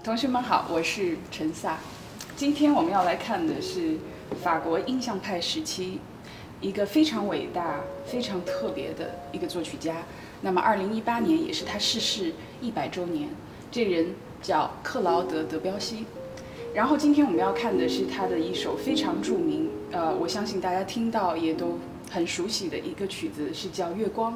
同学们好，我是陈萨。今天我们要来看的是法国印象派时期一个非常伟大、非常特别的一个作曲家。那么，2018年也是他逝世100周年。这人叫克劳德·德彪西。然后今天我们要看的是他的一首非常著名，我相信大家听到也都很熟悉的一个曲子，是叫《月光》。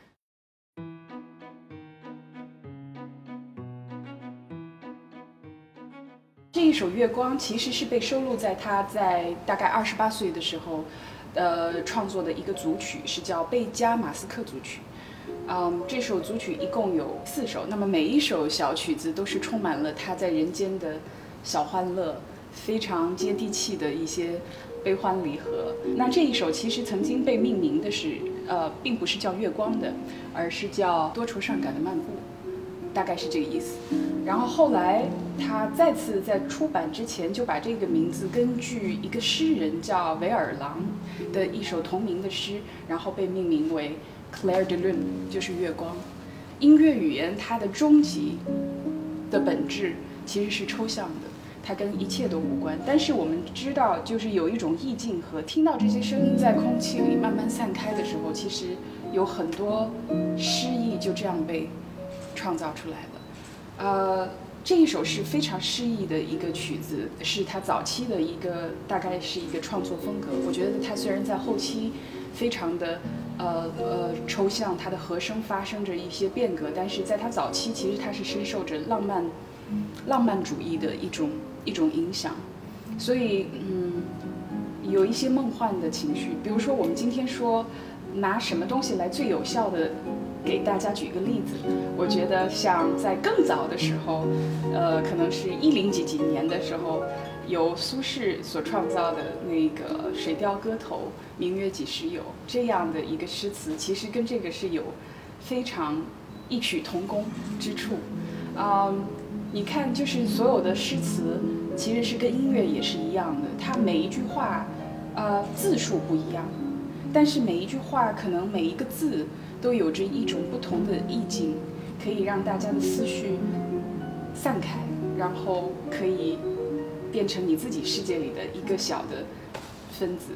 这一首《月光》其实是被收录在他在大概28岁的时候，创作的一个组曲，是叫贝加马斯克组曲。这首组曲一共有4首，那么每一首小曲子都是充满了他在人间的小欢乐，非常接地气的一些悲欢离合。那这一首其实曾经被命名的是，并不是叫月光的，而是叫多愁善感的漫步，大概是这个意思。然后后来他再次在出版之前就把这个名字根据一个诗人叫维尔朗的一首同名的诗，然后被命名为 Clair de Lune， 就是月光。音乐语言它的终极的本质其实是抽象的，它跟一切都无关。但是我们知道，就是有一种意境和听到这些声音在空气里慢慢散开的时候，其实有很多诗意就这样被创造出来了。这一首是非常诗意的一个曲子，是他早期的一个大概是一个创作风格。我觉得他虽然在后期非常的抽象，他的和声发生着一些变革，但是在他早期其实他是深受着浪漫主义的一种影响，所以有一些梦幻的情绪。比如说我们今天说拿什么东西来最有效的给大家举一个例子，我觉得像在更早的时候，可能是10几年的时候，由苏轼所创造的那个《水调歌头·明月几时有》这样的一个诗词，其实跟这个是有非常异曲同工之处。你看，就是所有的诗词其实是跟音乐也是一样的，它每一句话，字数不一样，但是每一句话可能每一个字都有着一种不同的意境，可以让大家的思绪散开，然后可以变成你自己世界里的一个小的分子。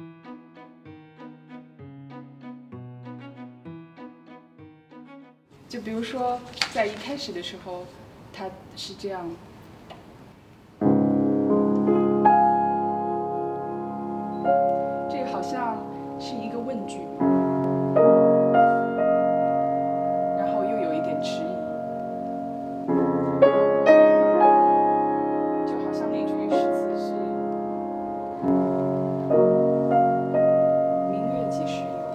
就比如说在一开始的时候，它是这样，这个好像是一个问句，然后又有一点迟疑，就好像那句诗词是明月几时有。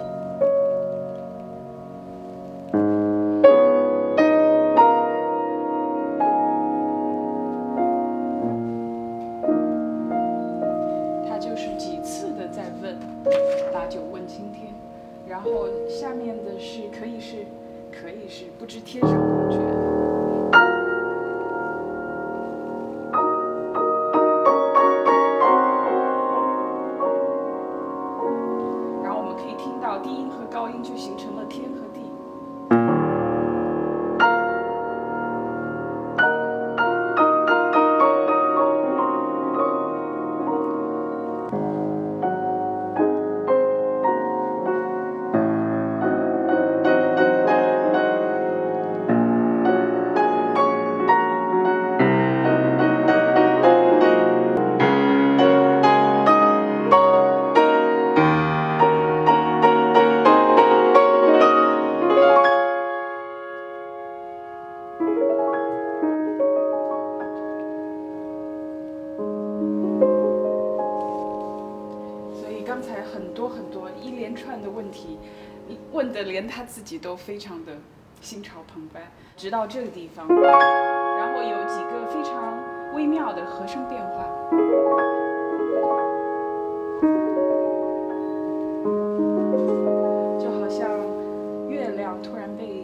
把酒问青天，然后下面的是可以是不知天上宫阙。然后我们可以听到低音和高音就形成了天和地。刚才很多一连串的问题，问的连他自己都非常的心潮澎湃，直到这个地方，然后有几个非常微妙的和声变化，就好像月亮突然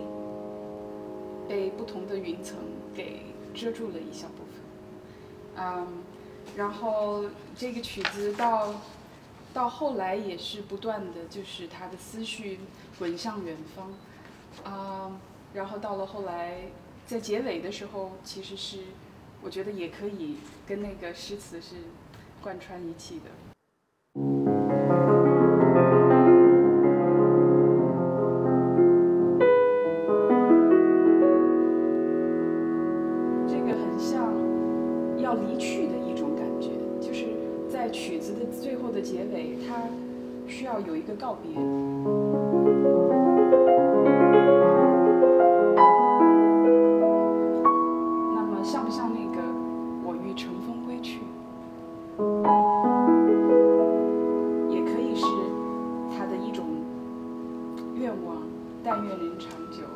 被不同的云层给遮住了一小部分。然后这个曲子到后来也是不断的，就是他的思绪滚向远方，然后到了后来，在结尾的时候，其实是我觉得也可以跟那个诗词是贯穿一气的。这个很像要离去的一种感觉，就是在曲子的最后的结尾，它需要有一个告别。那么像不像那个我欲乘风归去？也可以是他的一种愿望，但愿人长久。